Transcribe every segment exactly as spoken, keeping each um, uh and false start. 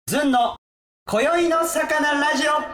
ずんの今宵の魚ラジオ。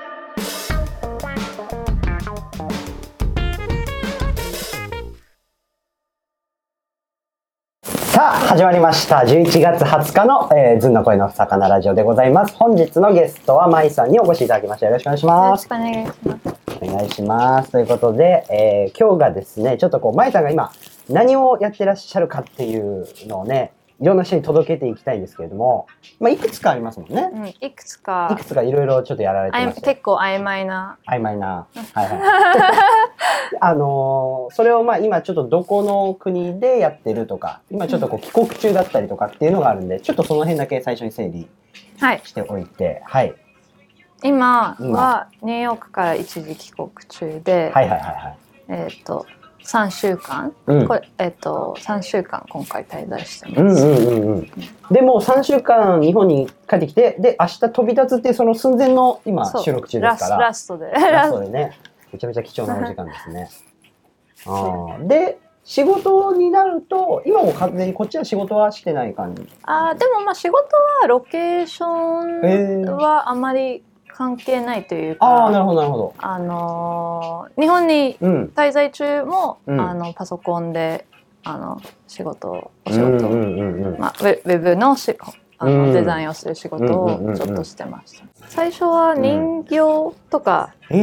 さあ始まりましたじゅういちがつはつかの、えー、ずんの恋の魚ラジオでございます。本日のゲストはまいさんにお越しいただきました。よろしくお願いします。 よろしくお願いします。 お願いしますということで、えー、今日がですねちょっとこうまいさんが今何をやってらっしゃるかっていうのをねいろんな人に届けていきたいんですけれども、まあ、いくつかありますもんね、 うん、いくつかいくつかいろいろちょっとやられてまして、 結構曖昧な曖昧な、はいはいあのー、それをまあ今ちょっとどこの国でやってるとか今ちょっとこう帰国中だったりとかっていうのがあるんで、ちょっとその辺だけ最初に整理しておいて、はい、はい、 今はニューヨークから一時帰国中で、 はいはいはいはい、 えっとさんしゅうかん、うん、これえっとさんしゅうかん今回滞在してます。 うんうんうんうん。でもさんしゅうかん日本に帰ってきて、で明日飛び立つっていうその寸前の今収録中ですから、 ラストでラストでね、めちゃめちゃ貴重なお時間ですね。あで仕事になると今も完全にこっちは仕事はしてない感じ。 あでもまあ仕事はロケーションはあまり関係ないというか、 ああなるほどなるほど。 あのー、日本に滞在中も、うん、あのパソコンであの仕事お仕事、まあ、ウェブのしあの、うん、デザインをする仕事をちょっとしてました。最初は人形とか、うん、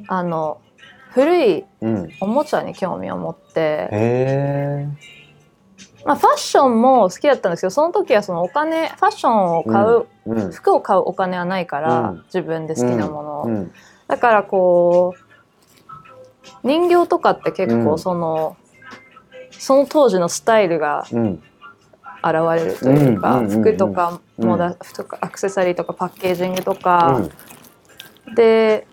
あの古いおもちゃに興味を持って、へまあ、ファッションも好きだったんですけど、その時はそのお金ファッションを買う、うん、服を買うお金はないから、うん、自分で好きなものを、うん、だからこう人形とかって結構その、うん、その当時のスタイルが現れるというか、服とかもだ、服とかアクセサリーとかパッケージングとか、で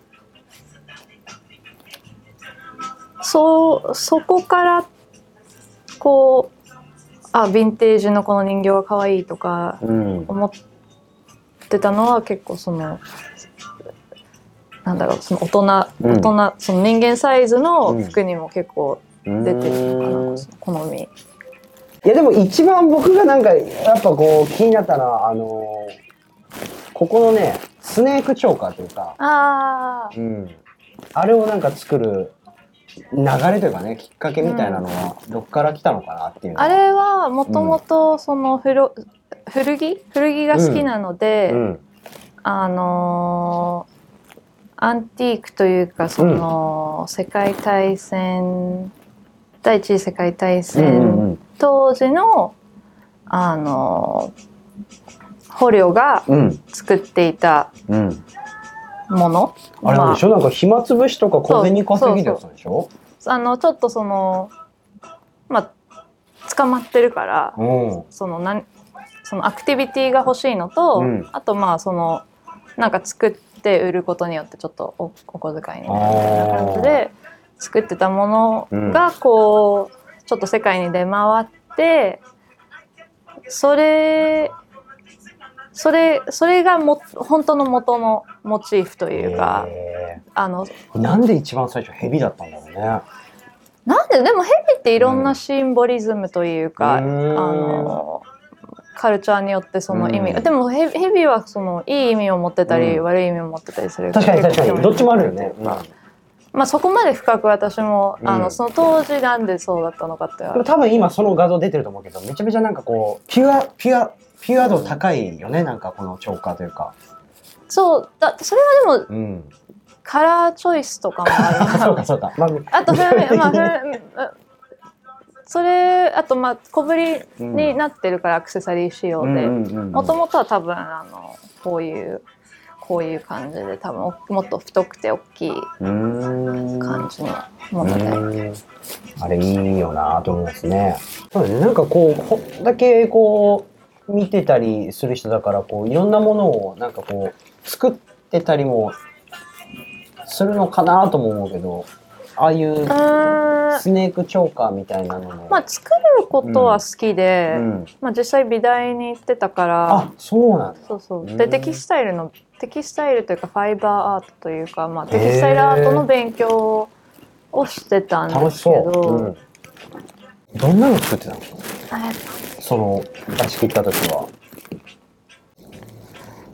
そそこからこうあヴィンテージのこの人形が可愛いとか思ってたのは結構そのなんだろうその大人、うん、大人その人間サイズの服にも結構出てるのかな、うん、その好み。いやでも一番僕がなんかやっぱこう気になったのはあのー、ここのねスネークチョーカーというかあ、うん、あれをなんか作る流れというかねきっかけみたいなのはどっから来たのかなっていうのは、 うん、あれはもともとその古古着古着が好きなので、うんうん、あのー、アンティークというかその、うん、世界大戦第一次世界大戦当時の、あのー、捕虜が作っていた、うんうんものあれなんでしょ、まあ、なんか暇つぶしとか小銭稼ぎでやつなんでしょ。 あのちょっとそのまあ捕まってるから、うん、そのなんそのアクティビティが欲しいのと、うん、あとまあそのなんか作って売ることによってちょっと お, お小遣いになるみたいな感じで作ってたものがこうちょっと世界に出回ってそれそれそれがも本当の元のモチーフというか、 あのなんで一番最初ヘビだったんだろうね。 なんででもヘビっていろんなシンボリズムというか、うん、あのカルチャーによってその意味が、うん、でもヘビ、ヘビはそのいい意味を持ってたり、うん、悪い意味を持ってたりする。 確かに確かにどっちもあるよね。うん、 まあそこまで深く私も、うん、あのその当時なんでそうだったのかってでも多分今その画像出てると思うけどめちゃめちゃなんかこうピュアピュアピュア度高いよね、なんかこのチョーカーというか。 そうだそれはでも、うん、カラーチョイスとかもあるそうかそうか、まあ、あとそれ、まあ、それあとまあ小ぶりになってるからアクセサリー仕様でもともとは多分あのこういうこういう感じで多分もっと太くて大きい感じのものであれいいよなと思いますね。そうだね、なんかこうこんだけこう見てたりする人だからこういろんなものをなんかこう作ってたりもするのかなとも思うけど、ああいうスネークチョーカーみたいなのも、 まあ、作ることは好きで、うんうんまあ、実際美大に行ってたからあそうなんだそうそうでテキスタイルのテキスタイルというかファイバーアートというか、まあ、テキスタイルアートの勉強をしてたんですけど、うん、 どんなの作ってたの？その出し切った時は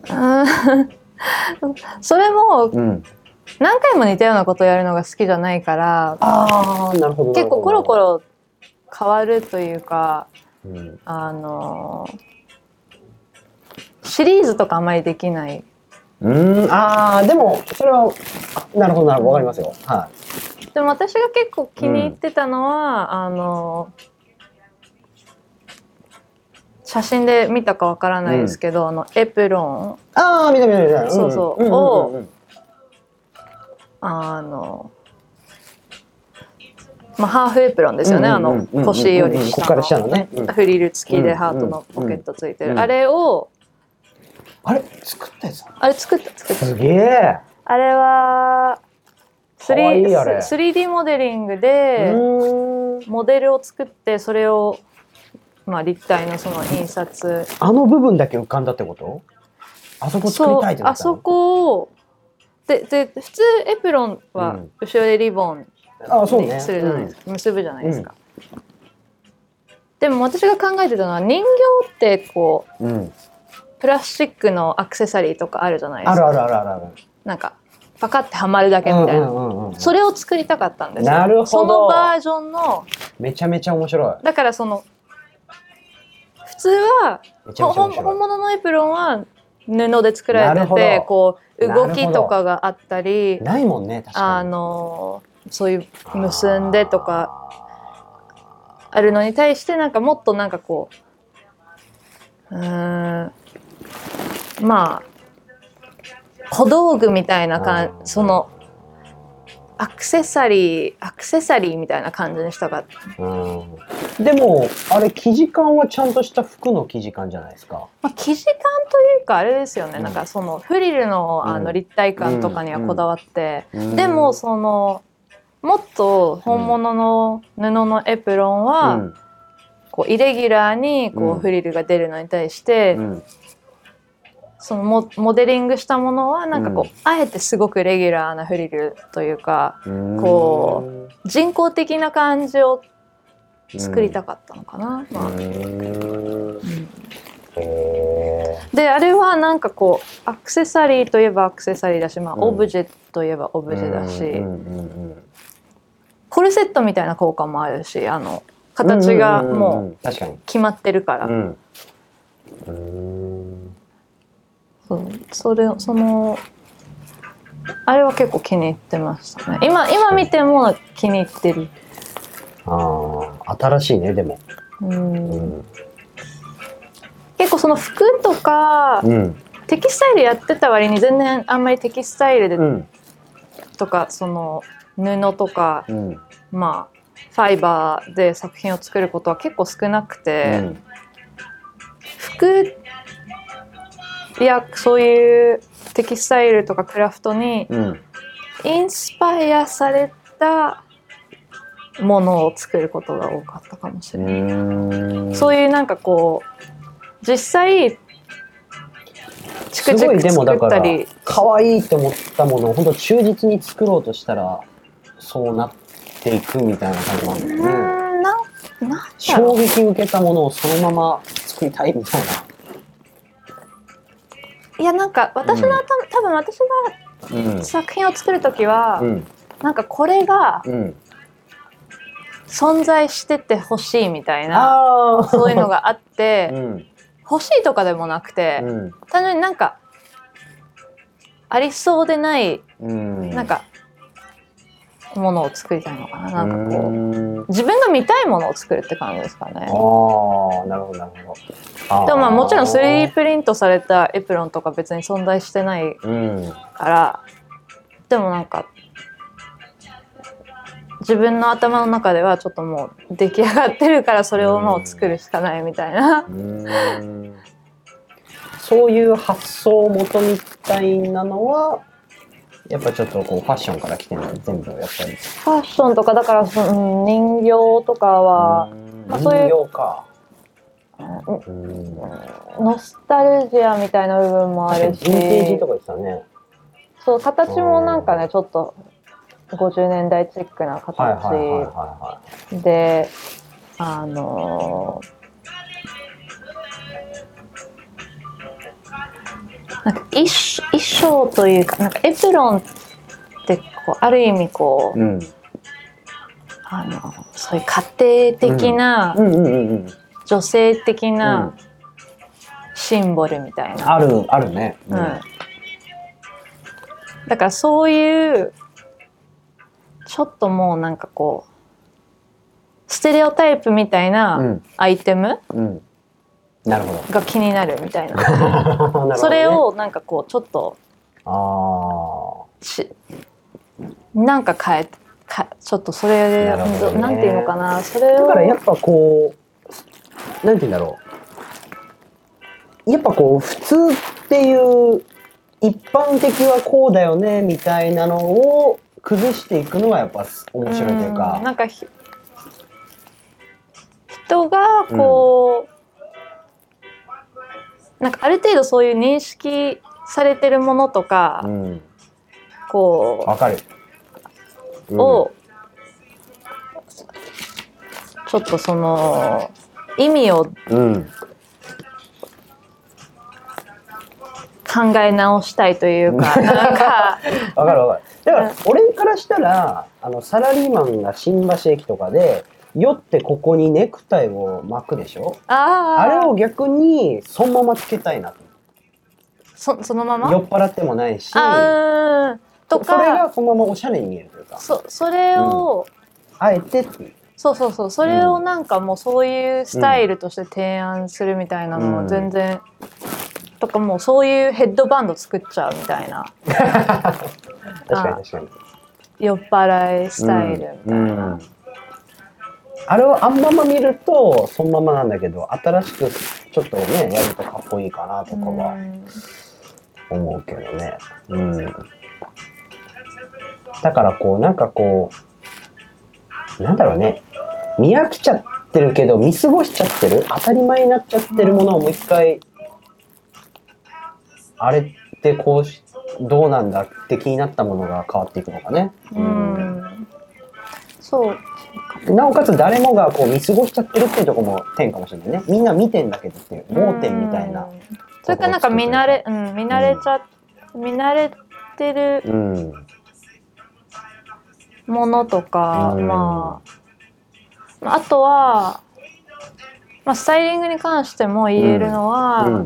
それも何回も似たようなことをやるのが好きじゃないから、 あー、なるほど、 結構コロコロ変わるというか、 うん、 あのシリーズとかあんまりできない。 うん、あー、でもそれはなるほどなるほど、わかりますよ。はい。 でも私が結構気に入ってたのは、うん、あの写真で見たかわからないですけど、うん、あのエプロン、 ああ、見た見た見た、 そうそう、うんうん、をあの、まあ、ハーフエプロンですよね、あの腰より下のね、フリル付きでハートのポケットついてる、あれをあれ作ったやつ？ あれ作った作った。 すげえ。 あれは スリーディー モデリングでモデルを作って、それをまあ立体のその印刷、 あの部分だけ浮かんだってこと？あそこ作りたいってなったの？ あそこをでで普通エプロンは後ろでリボンにするじゃないですか、結ぶじゃないですか、うん、でも私が考えてたのは、人形ってこう、うん、プラスチックのアクセサリーとかあるじゃないですか。 あるあるあるある。なんかパカってはまるだけみたいな、それを作りたかったんですよ。なるほど。そのバージョンのめちゃめちゃ面白い。 だからその普通は本物のエプロンは布で作られてて、こう動きとかがあったり、 ないもんね、確かに。 あのそういう結んでとかあるのに対して、なんかもっとなんかこう、うーん、まあ小道具みたいな感じ、そのアクセサリーアクセサリーみたいな感じにしたかった。 うん、でもあれ生地感はちゃんとした服の生地感じゃないですか。 まあ、生地感というかあれですよね、うん、なんかそのフリルの、あの立体感とかにはこだわって、うんうん、でもそのもっと本物の布のエプロンは、うん、こうイレギュラーにこうフリルが出るのに対して、うん、その モ, モデリングしたものはなんかこう、うん、あえてすごくレギュラーなフリルというか、うこう人工的な感じを作りたかったのかな、まあ、うんであれはなんかこうアクセサリーといえばアクセサリーだし、まあ、オブジェといえばオブジェだし、コルセットみたいな効果もあるし、あの形がもう決まってるから、うんうん、そうそれそのあれは結構気に入ってましたね。今今見ても気に入ってる。 ああ、新しいね。でもうん、うん、 結構その服とか、うん、テキスタイルやってた割に全然あんまりテキスタイルで、うん、とかその布とか、うん、まあファイバーで作品を作ることは結構少なくて、うん、服やそういうテキスタイルとかクラフトにインスパイアされたものを作ることが多かったかもしれない。そういうなんかこう実際チクチク作ったり、 可愛いと思ったものを本当忠実に作ろうとしたらそうなっていくみたいな感じなんだよね。うんななん衝撃受けたものをそのまま作りたいみたいな。 いやなんか私の、うん、多分私が作品を作るときは、うん、なんかこれが存在しててほしいみたいな、うん、そういうのがあって、うん、欲しいとかでもなくて、うん、単純になんかありそうでない、うん、なんかものを作りたいのかな、なんかこう自分が見たいものを作るって感じですかね。ああ、なるほどなるほど。 でもまあもちろん スリーディー プリントされたエプロンとか別に存在してないから、うん、でもなんか自分の頭の中ではちょっともう出来上がってるから、それをもう作るしかないみたいな。 うんそういう発想元みたいなのはやっぱちょっとこうファッションから来てるの全部やっぱりファッションとかだからその、うん、人形とかは、 まあ、そういう人形か、 うん、ノスタルジアみたいな部分もあるし、 ヴィンテージとか言ってたね。 そう形もなんかねちょっとごじゅうねんだいチックな形で、あのーなんか衣衣装というか、なんかエプロンってこうある意味こう、うん、あのそういう家庭的な、女性的なシンボルみたいな、 あるあるね、 うん、だからそういうちょっともうなんかこうステレオタイプみたいなアイテム、うんうんなるほどが気になるみたいなね、それをなんかこうちょっとあしなんか変えかちょっとそれでな、ね、なんていうのかな、それをだからやっぱこうなんていうんだろう、やっぱこう普通っていう一般的はこうだよねみたいなのを崩していくのがやっぱ面白いというか、 うんなんか人がこう、うんなんかある程度そういう認識されてるものとか、うん、こうわかる、 うん、をちょっとその意味を、うん、考え直したいというか、なんかわかるわかる。だから俺からしたらあのサラリーマンが新橋駅とかで酔ってここにネクタイを巻くでしょ。あ, あれを逆にそのままつけたいなと。 そ, そのまま酔っ払ってもないし、あとかそれがそのままおしゃれに見えるというか、 そ, それを、 うん、あえてっていう、 そうそうそう、それをなんかもうそういうスタイルとして提案するみたいなのは全然、うん、とかもうそういうヘッドバンド作っちゃうみたいな確かに確かに酔っ払いスタイルみたいな、うんうん、 あれをあんまま見るとそのままなんだけど、新しくちょっとねやるとかっこいいかなとかは思うけどね、うん、だからこうなんかこうなんだろうね、見飽きちゃってるけど見過ごしちゃってる、当たり前になっちゃってるものをもう一回、あれってこうしどうなんだって気になったものが変わっていくのかね。 うん、そうなおかつ誰もがこう見過ごしちゃってるっていうところも点かもしれないね。みんな見てんだけどっていう盲点みたいな。 それからなんか見慣れ、うん、見慣れちゃ、うん、見慣れてるものとか、うん、まああとは、まあ、スタイリングに関しても言えるのは、うんうん、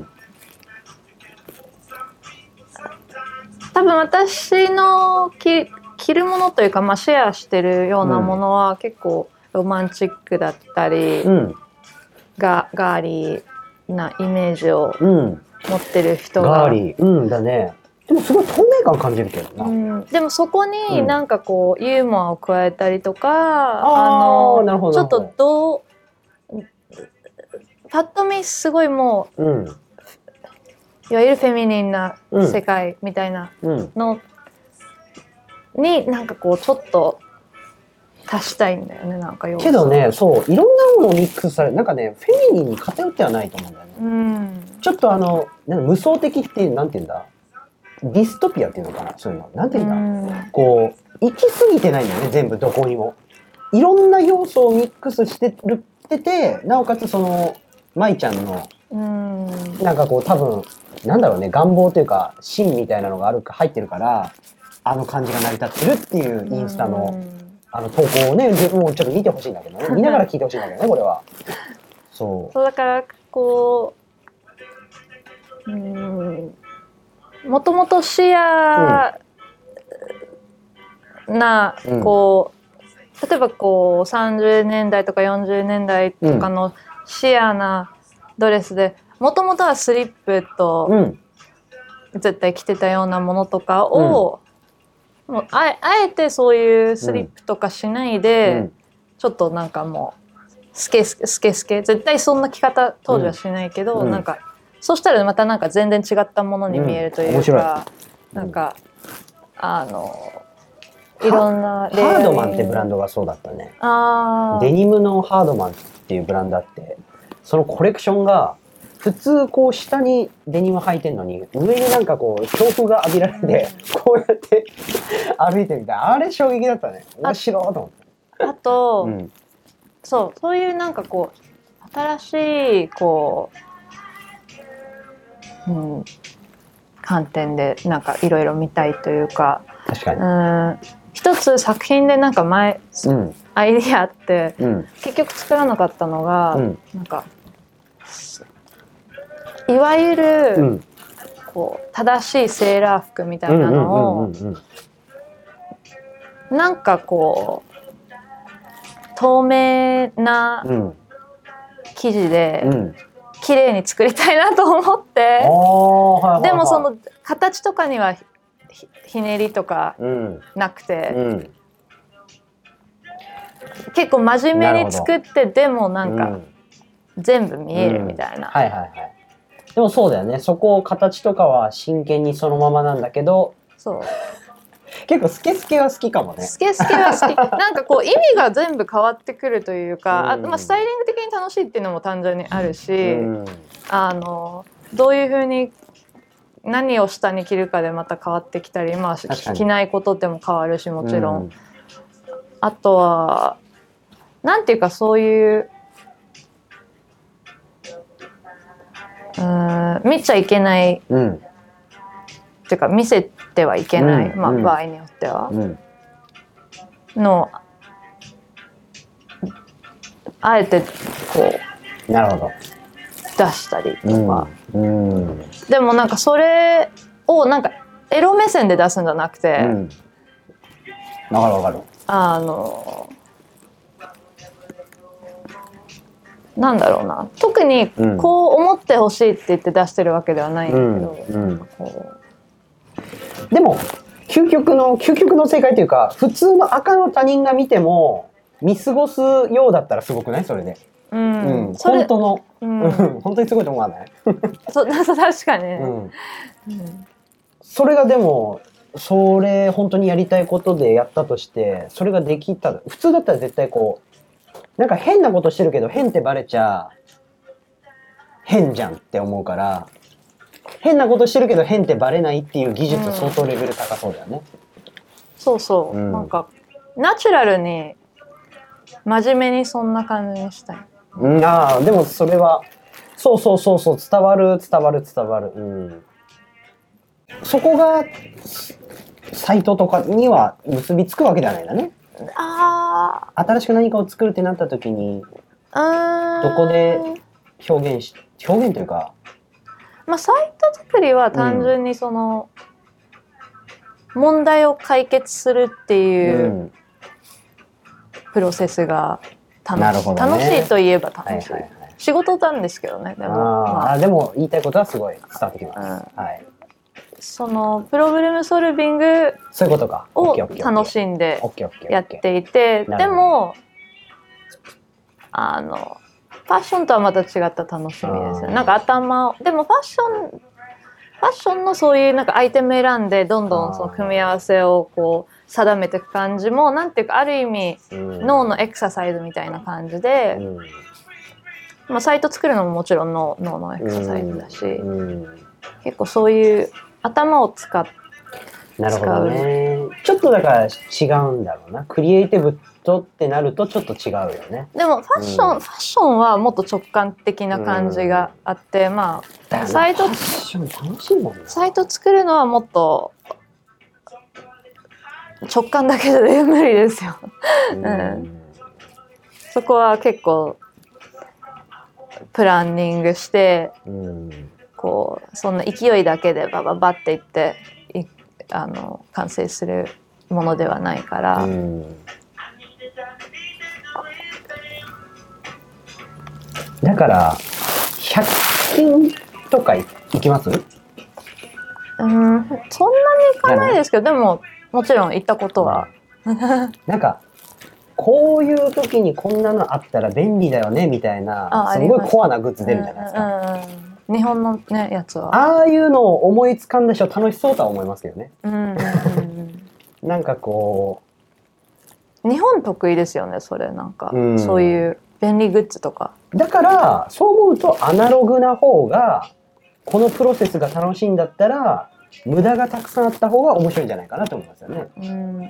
多分私のき着るものというか、まあ、シェアしてるようなものは結構ロマンチックだったり、うん、ガ, ガーリーなイメージを持ってる人が、 ガーリー、うんだね。でもすごい透明感感じるけどな、うん、 でもそこになんかこう、うん、ユーモアを加えたりとか、あのなるほどちょっとどうパッと見すごいもう、うん、いわゆるフェミニンな世界みたいなのになんかこうちょっと足したいんだよね、なんかけどね、そういろんなものをミックスされ、なんかねフェミニンに偏ってはないと思うんだよね、うん、ちょっとあの無双的っていうなんていうんだ、ディストピアっていうのかな、そういうのなんていうんだ、うん、こう行き過ぎてないんだよね、全部どこにもいろんな要素をミックスしてるってて、なおかつその舞ちゃんのうんなんかこう多分なんだろうね、願望というか芯みたいなのがあるか入ってるからあの感じが成り立ってるっていうインスタのあの投稿をね、もうちょっと見てほしいんだけどね、見ながら聞いてほしいんだけどねこれは。そうそうだからこう、うんもともと視野な、うん、こう例えばこうさんじゅうねんだいとかよんじゅうねんだいとかのシアなドレスでもともとはスリップと絶対着てたようなものとかを、うん、もう あ, あえてそういうスリップとかしないで、うん、ちょっとなんかもうスケスケスケスケ絶対そんな着方当時はしないけど、うん、なんかそしたらまたなんか全然違ったものに見えるというか、うん、なんかあのいろんなハードマンってブランドがそうだったね。あデニムのハードマンっていうブランドあって、そのコレクションが普通こう下にデニム履いてんのに上になんかこう強風が浴びられてこうやって歩いてみたい、あれ衝撃だったね。面白いと思って。 あと、うん、そうそういうなんかこう新しいこう、うん、 観点でなんかいろいろ見たいというか、 確かに。 うん一つ作品でなんか前、うん、アイディアあって、うん、結局作らなかったのが、うん、なんかいわゆる、うん、こう正しいセーラー服みたいなのをなんかこう透明な生地で、うん、綺麗に作りたいなと思って、うん、でもその形とかには ひ, ひねりとかなくて、うん、結構真面目に作ってでもなんか全部見えるみたいな。 はいはいはい。でもそうだよね。そこ形とかは真剣にそのままなんだけど、そう結構スケスケは好きかもね。 スケスケは好き。なんかこう意味が全部変わってくるというか、うん、あまあ、スタイリング的に楽しいっていうのも単純にあるし、うん、あのどういう風に何を下に着るかでまた変わってきたり、まあ、着ないことでも変わるしもちろん、うん、あとはなんていうかそういううん見ちゃいけない、うん、っていうか見せてはいけない、うんまあ、場合によっては、うん、のあえてこうなるほど出したりとか、うんうん、でもなんかそれをなんかエロ目線で出すんじゃなくて、うん、 わかるわかる。 あのなんだろうな、特にこう思ってほしいって言って出してるわけではないんだけど、うんうん、こうでも究極の究極の正解というか、普通の赤の他人が見ても見過ごすようだったらすごくない？それで、うんうん、それ本当の、うん、本当にすごいと思わない？ そ確かに、うんうん、 それがでもそれ本当にやりたいことでやったとしてそれができたら、普通だったら絶対こうなんか変なことしてるけど変ってバレちゃ変じゃんって思うから、変なことしてるけど変ってバレないっていう技術相当レベル高そうだよね、うん、 そうそう、うん、なんかナチュラルに真面目にそんな感じにしたい、 うん、ああでもそれはそうそうそうそう伝わる伝わる伝わる、うん、そこがサイトとかには結びつくわけじゃないんだね。あ新しく何かを作るってなった時にどこで表現し表現というか、 まあ、サイト作りは単純にその、うん、問題を解決するっていうプロセスが楽しい、うんね、楽しいといえば楽しい、はいはいはい、仕事なんですけどね。でも、 あ、まあ、でも言いたいことはすごい伝わってきます、うんはい、 そのプロブレムソルビングそういうことかを楽しんでやっていて、でもあのファッションとはまた違った楽しみですよ。なんか頭をでもファッションファッションのそういうなんかアイテム選んでどんどんその組み合わせをこう定めていく感じもなんていうかある意味脳のエクササイズみたいな感じで、まあ、サイト作るのももちろん脳のエクササイズだし、結構そういう頭を使ってなるほどね。ちょっとだから違うんだろうな。クリエイティブとってなるとちょっと違うよね。 でもファッション、うん、ファッションはもっと直感的な感じがあって、うん、まあサイトファッション楽しいもんね。サイト作るのはもっと直感だけで無理ですよ。うん、そこは結構プランニングして、うん、こうそんな勢いだけでバババっていっていあの完成するものではないから、うん、 だからひゃく均とか行きます？うん、 そんなに行かないですけど、でももちろん行ったことは、 うん、なんかこういう時にこんなのあったら便利だよねみたいなすごいコアなグッズ出るじゃないですか、うんうんうん、日本のねやつはああいうのを思いつかんだ人楽しそうとは思いますけどね、うんうんうん、なんかこう日本得意ですよねそれなんか、うん、そういう便利グッズとかだからそう思うとアナログな方がこのプロセスが楽しいんだったら無駄がたくさんあった方が面白いんじゃないかなと思いますよね。うん、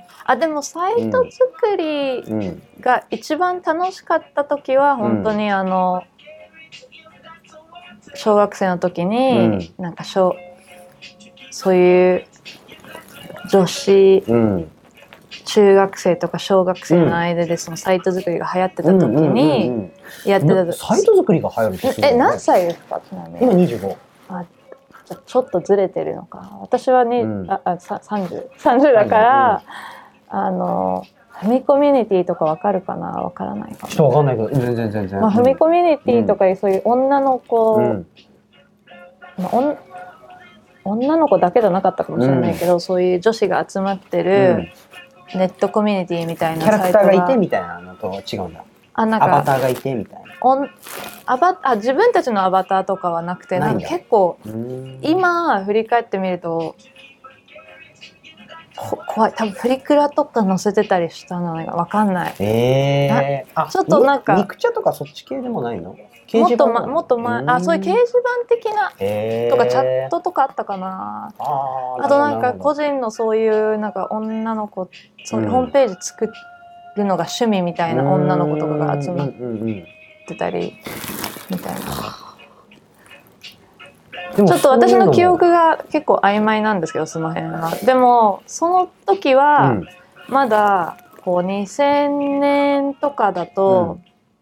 あでもサイト作りが一番楽しかった時は本当にあの、うん、小学生の時に、うん、なんか小そういう女子、 うん、 中学生とか小学生の間でそのサイト作りが流行ってた時にやってた、 サイト作りが流行るってすごい、ね、 え何歳ですかちなみに。 今にじゅうご。 あ、じゃちょっとずれてるのか。私はね、うん、ああささんじゅう、さんじゅうだから、うん、あのファミコミュニティとかわかるかな、わからないかな。 ちょっとわかんないけど全然全然。 まあ、ファミコミュニティとかそういう女の子、うんまあ、おん女の子だけじゃなかったかもしれないけど、うん、そういう女子が集まってるネットコミュニティみたいなサイトがキャラクターがいてみたいなのと違うんだ。あ、なんかアバターがいてみたいな。 おんアバあ自分たちのアバターとかはなくて、なんか結構今振り返ってみると怖い。多分プリクラとか載せてたりしたのが分かんない。 えー、あちょっとなんかミクチャとかそっち系でもないの？ もっとまもっと前、あ、そういう掲示板的なとかチャットとかあったかな。あ, あとなんか個人のそういうなんか女の子、そういうホームページ作るのが趣味みたいな女の子とかが集まってたりみたいな。ちょっと私の記憶が結構曖昧なんですけど、その辺は。でもその時はまだこうにせんねんとかだと、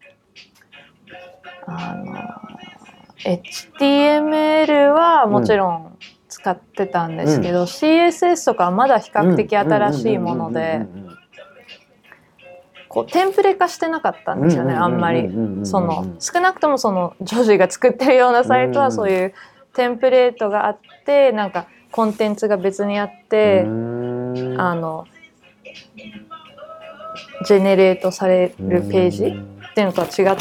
うん、あの エイチティーエムエル はもちろん使ってたんですけど、うん、シーエスエス とかはまだ比較的新しいもので、こうテンプレ化してなかったんですよね、あんまり。その少なくともその女子が作ってるようなサイトはそういうテンプレートがあって、なんかコンテンツが別にあって、あのジェネレートされるページっていうのとは違って、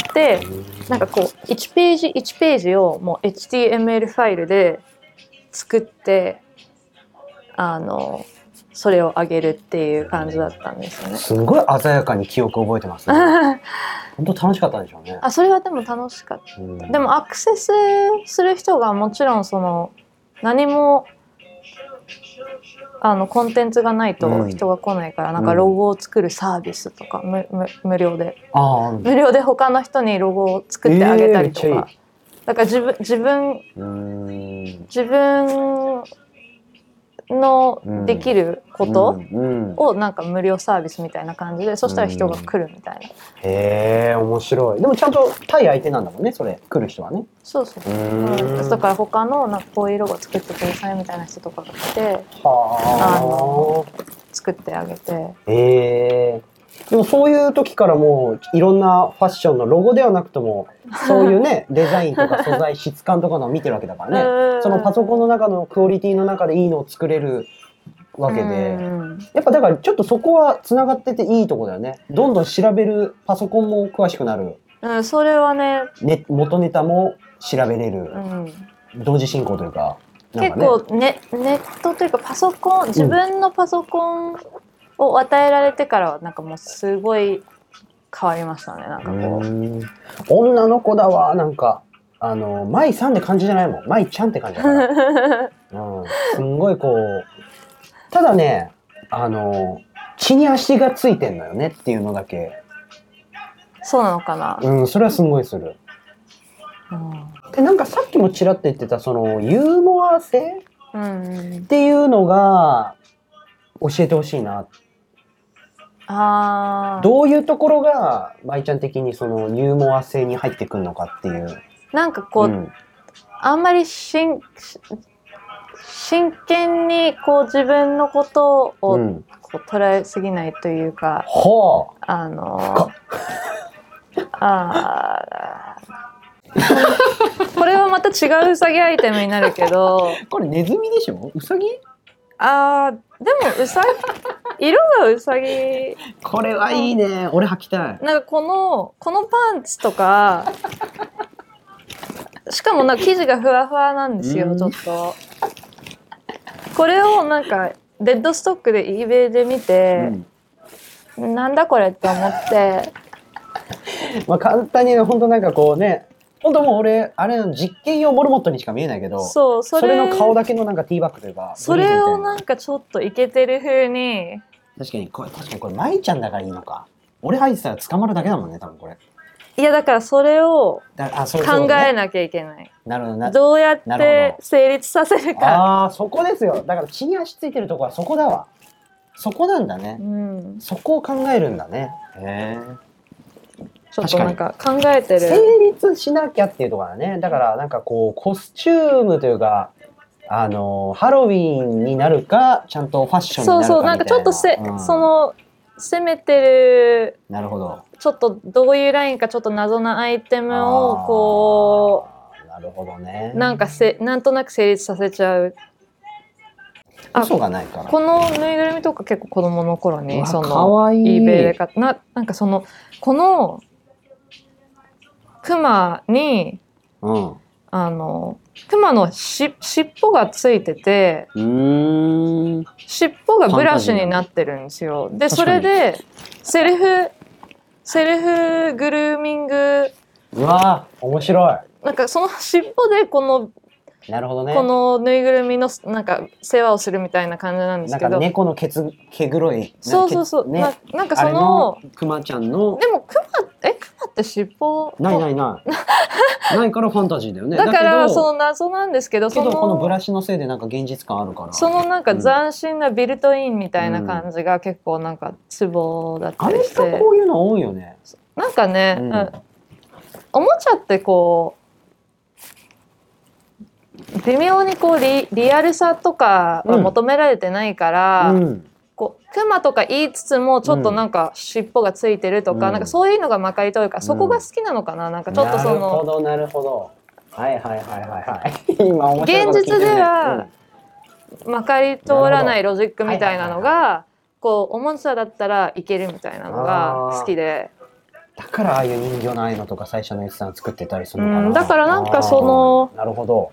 なんかこういちページいちページをもう エイチティーエムエル ファイルで作って、あのそれを上げるっていう感じだったんですよね。 すごい鮮やかに記憶覚えてますね。本当楽しかったんでしょうね。 あ、それはでも楽しかった。うん、でもアクセスする人がもちろんその何もあのコンテンツがないと人が来ないから、うん、なんかロゴを作るサービスとか、うん、無, 無, 無料であ無料で他の人にロゴを作ってあげたりとか、えー、だから自分自分自分のできることをなんか無料サービスみたいな感じで、そしたら人が来るみたいな。 へえ、面白い。でもちゃんと対相手なんだもんね、それ来る人はね。 そうそう。うだから他のなんかこういうロゴ作ってくださいみたいな人とかが来て、あの作ってあげて。へえ。でもそういう時からもういろんなファッションのロゴではなくてもそういうねデザインとか素材質感とかのを見てるわけだからねそのパソコンの中のクオリティの中でいいのを作れるわけでやっぱだからちょっとそこはつながってていいとこだよね。どんどん調べるパソコンも詳しくなる、 うん、それは ね, ね元ネタも調べれる、うん、同時進行というか、 ね、結構 ネ, ネットというかパソコン自分のパソコン、うんを与えられてからはなんかもうすごい変わりましたね。なんかこう女の子だわ。なんかあの舞さんって感じじゃないもん。舞ちゃんって感じだから、うん、すんごいこうただねあの血に足がついてんのよねっていうのだけ。 そうなのかな。 うん、それはすんごいする、うん、でなんかさっきもちらっと言ってたそのユーモア性っていうのが教えてほしいな。あどういうところが舞ちゃん的にそのユーモア性に入ってくるのかっていう。 なんかこう、うん、あんまり真真剣にこう自分のことをこう捉えすぎないというか、うん、あのあこれはまた違うウサギアイテムになるけどこれネズミでしょ？ウサギ？ あーでもウサギ色がウサギ。 これはいいね。俺履きたい。 なんかこのこのパンツとかしかもなんか生地がふわふわなんですよ、ちょっと。これをなんかデッドストックで eBay で見て、うん、なんだこれって思ってまあ簡単に本当なんかこうね本当もう俺あれの実験用モルモットにしか見えないけど、そうそれ、それの顔だけのなんかティーバッグというかそれをなんかちょっとイケてる風に。 確かにこれ確かにこれ舞ちゃんだからいいのか。俺入ってたら捕まるだけだもんね多分これ。 いやだからそれをだあそう考そうねえなきゃいけない。 なるほどな。 どうやっなるてほど成立させるか。 ああ、そこですよ。だから地に足ついてるとこはそこだわ。そこなんだね。 うん、 そこを考えるんだね。へえ。 ちょっとなんか考えてる。 成立しなきゃっていうところだね。だからなんかこうコスチュームというか、あのハロウィーンになるかちゃんとファッションになるかみたいな。 そうそう、なんかちょっとせ、 うん、 その攻めてる。 なるほど。 ちょっとどういうラインかちょっと謎なアイテムをこうなるほどね。 なんかせなんとなく成立させちゃう。 嘘がないから。 このぬいぐるみとか結構子供の頃にそのかわいい eBay で買ったな、なんかそのこのクマに、 うん、 あのクマのし尻尾がついてて、 うーん尻尾がブラシになってるんですよ。でそれでセルフセルフグルーミング、 うわー面白い。 なんかその尻尾でこのなるほどね。 このぬいぐるみのなんか世話をするみたいな感じなんですけど、 なんか猫の毛つ毛黒い、 そうそうそう、 ね、 な, なんかそのクマちゃんのでもクマえクマって尻尾ないないないないからファンタジーだよね。 だからだけどその謎なんですけど、そのけどこのブラシのせいでなんか現実感あるから、 そのなんか斬新なビルトインみたいな感じが結構なんかツボだったりして、 アメリカこういうの多いよね。 なんかね、 うんうん、おもちゃってこう微妙にこう リ, リアルさとかは求められてないから、うん、こうクマとか言いつつもちょっとなんか尻尾がついてるとか、うん、なんかそういうのがまかり通るから、そこが好きなのかな、なんかちょっとそのなるほどなるほど、はいはいはいはいはい今面白いこと聞いてるね。 現実ではまかり通らないロジックみたいなのがこうおもちゃだったらいけるみたいなのが好きで。 だからああいう人形のああいうのとか最初のやつさん作ってたりするのかな、 うん、だからなんかそのなるほど、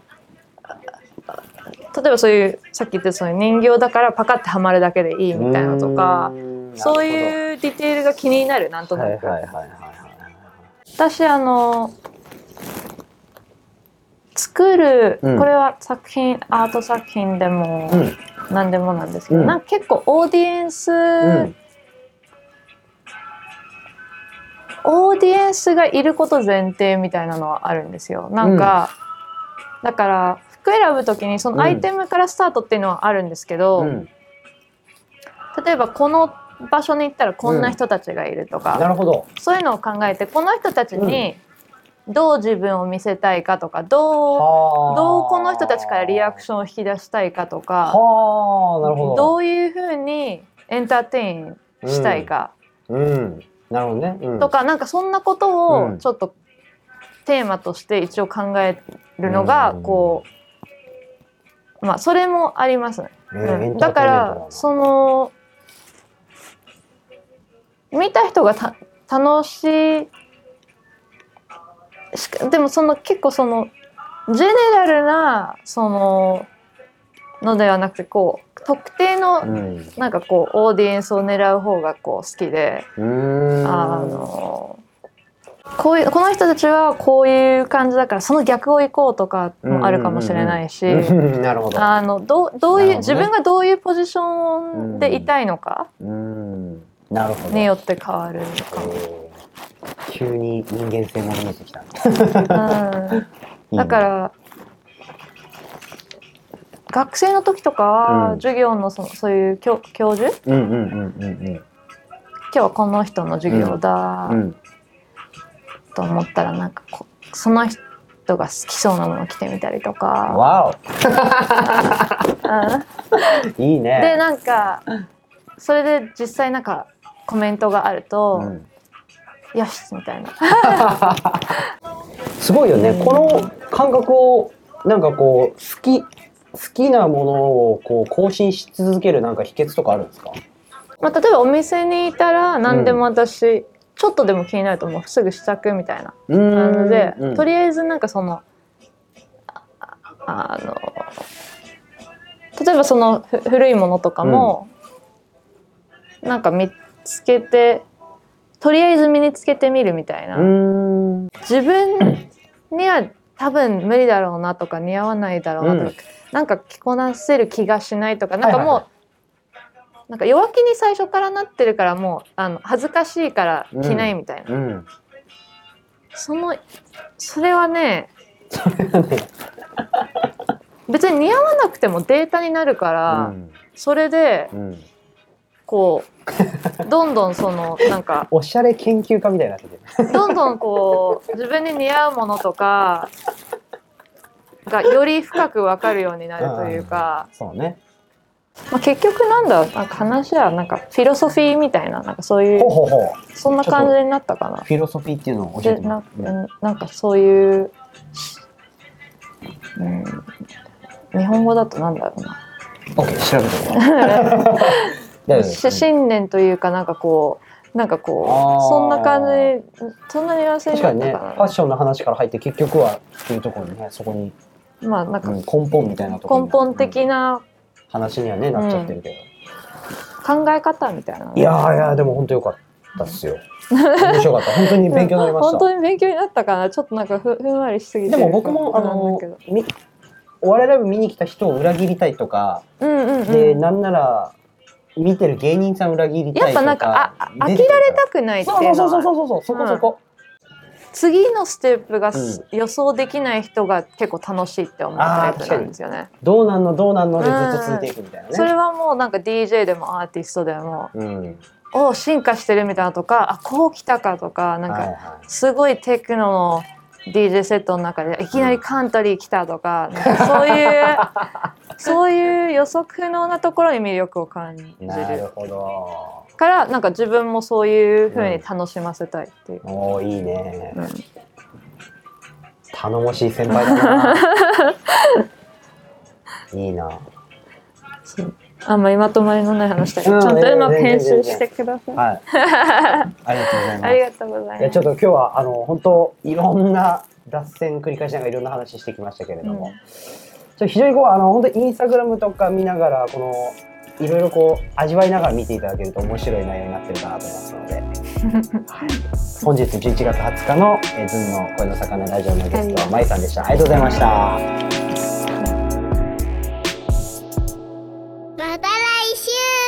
例えばそういうさっき言ったそういう人形だからパカッてはまるだけでいいみたいなとか、そういうディテールが気になる、なんとなく。私あの作る、うん、これは作品アート作品でも何でもなんですけど、うん、なんか結構オーディエンス、うんオーディエンスがいること前提みたいなのはあるんですよ。なんか、うん、だから服選ぶときにそのアイテムからスタートっていうのはあるんですけど、うん、例えばこの場所に行ったらこんな人たちがいるとか、 うん、なるほど、 そういうのを考えてこの人たちにどう自分を見せたいかとか、どう、どうこの人たちからリアクションを引き出したいかとか、 なるほど、 どういうふうにエンターテインしたいか。 うんうんなるほどね、うん、 とかなんかそんなことをちょっとテーマとして一応考えるのがこう、まあそれもありますね、えーうん、だからその見た人がた楽しいしかでもその結構そのジェネラルなそののではなくてこう特定のなんかこうオーディエンスを狙う方がこう好きで、あのこういうこの人たちはこういう感じだからその逆を行こうとかもあるかもしれないし、 なるほど、 あのどうどういう、ね、自分がどういうポジションでいたいのかによって変わるかも。 急に人間性も見えてきた、 うん、だから学生の時とかは、うん、授業のそのそういう教教授、今日はこの人の授業だ、うん、と思ったらなんかこその人が好きそうなもの着てみたりとか。 わおいいね。 でなんかそれで実際なんかコメントがあると、うん、よしみたいなすごいよね、うん、この感覚をなんかこう好き好きなものをこう更新し続けるなんか秘訣とかあるんですか？ まあ、例えばお店にいたら何でも私、うん、ちょっとでも気になるともうすぐ試着みたいな感じで、うん、とりあえずなんかその あ, あの例えばその古いものとかも、うん、なんか見つけてとりあえず身につけてみるみたいな、自分には多分無理だろうなとか似合わないだろうなとか、うん、なんか着こなせる気がしないとか、なんかもう、はいはいはい、なんか弱気に最初からなってるからもうあの恥ずかしいから着ないみたいな、うんうん、 そのそれはねそれはね別に似合わなくてもデータになるから、うん、それで、うん、こうどんどんそのなんかおしゃれ研究家みたいになっててどんどんこう自分に似合うものとかがより深く分かるようになるというか、 うん、そうね、 まあ、結局なんだなんか話はなんかフィロソフィーみたいな、なんかそういうほうほうほうそんな感じになったかな。 フィロソフィーっていうのを教えてもらう。 な, なんかそういう、うん、日本語だとなんだろうな。 OK 調べても信念というかなんかこうなんかこうそんな感じ、そんなニュアンスになったかな。 確かにね、ファッションの話から入って結局はっていうところにね、そこにまあなんか、うん、 根本みたいなところに根本的な、 話にはねなっちゃってるけど、うん、考え方みたいな、ね、 いやいやでも本当良かったっすよ面白かった本当に勉強になりました本当に勉強になったかな。ちょっとなんか ふ, ふんわりしすぎて。 でも僕もあのお笑いライブ見に来た人を裏切りたいとか、うんうんうん、でなんなら見てる芸人さん裏切りたいとか、やっぱなんかあ飽きられたくないっていうのは、 そうそうそうそうそう、そこそこ、 うん、次のステップが、うん、予想できない人が結構楽しいって思うタイプなんですよね。 どうなんのどうなんのでずっと続いていくみたいなね、 うん、それはもうなんか ディージェー でもアーティストでも、うん、お進化してるみたいなとか、あこう来たかとか、なんかすごいテクノの ディージェー セットの中でいきなりカントリー来たとか、なんかそういうそういう予測不能なところに魅力を感じる。 なるほど。 からなんか自分もそういう風に楽しませたいっていう。 うん、おーいいね、うん。頼もしい先輩だな。いいな。 あんまりまとまりのない話だけど、うん、ちゃんとうまく編集してください。はい。 ありがとうございます。 ありがとうございます。 いやちょっと今日はあの本当いろんな脱線繰り返しながらいろんな話してきましたけれども、うん、ちょ非常にこうあの本当インスタグラムとか見ながらこのいろいろこう味わいながら見ていただけると面白い内容になってるかなと思いますので、はい、本日じゅういちがつはつかのえズンの声の魚ラジオのゲストはまいさんでした。ありがとうございました。 また来週。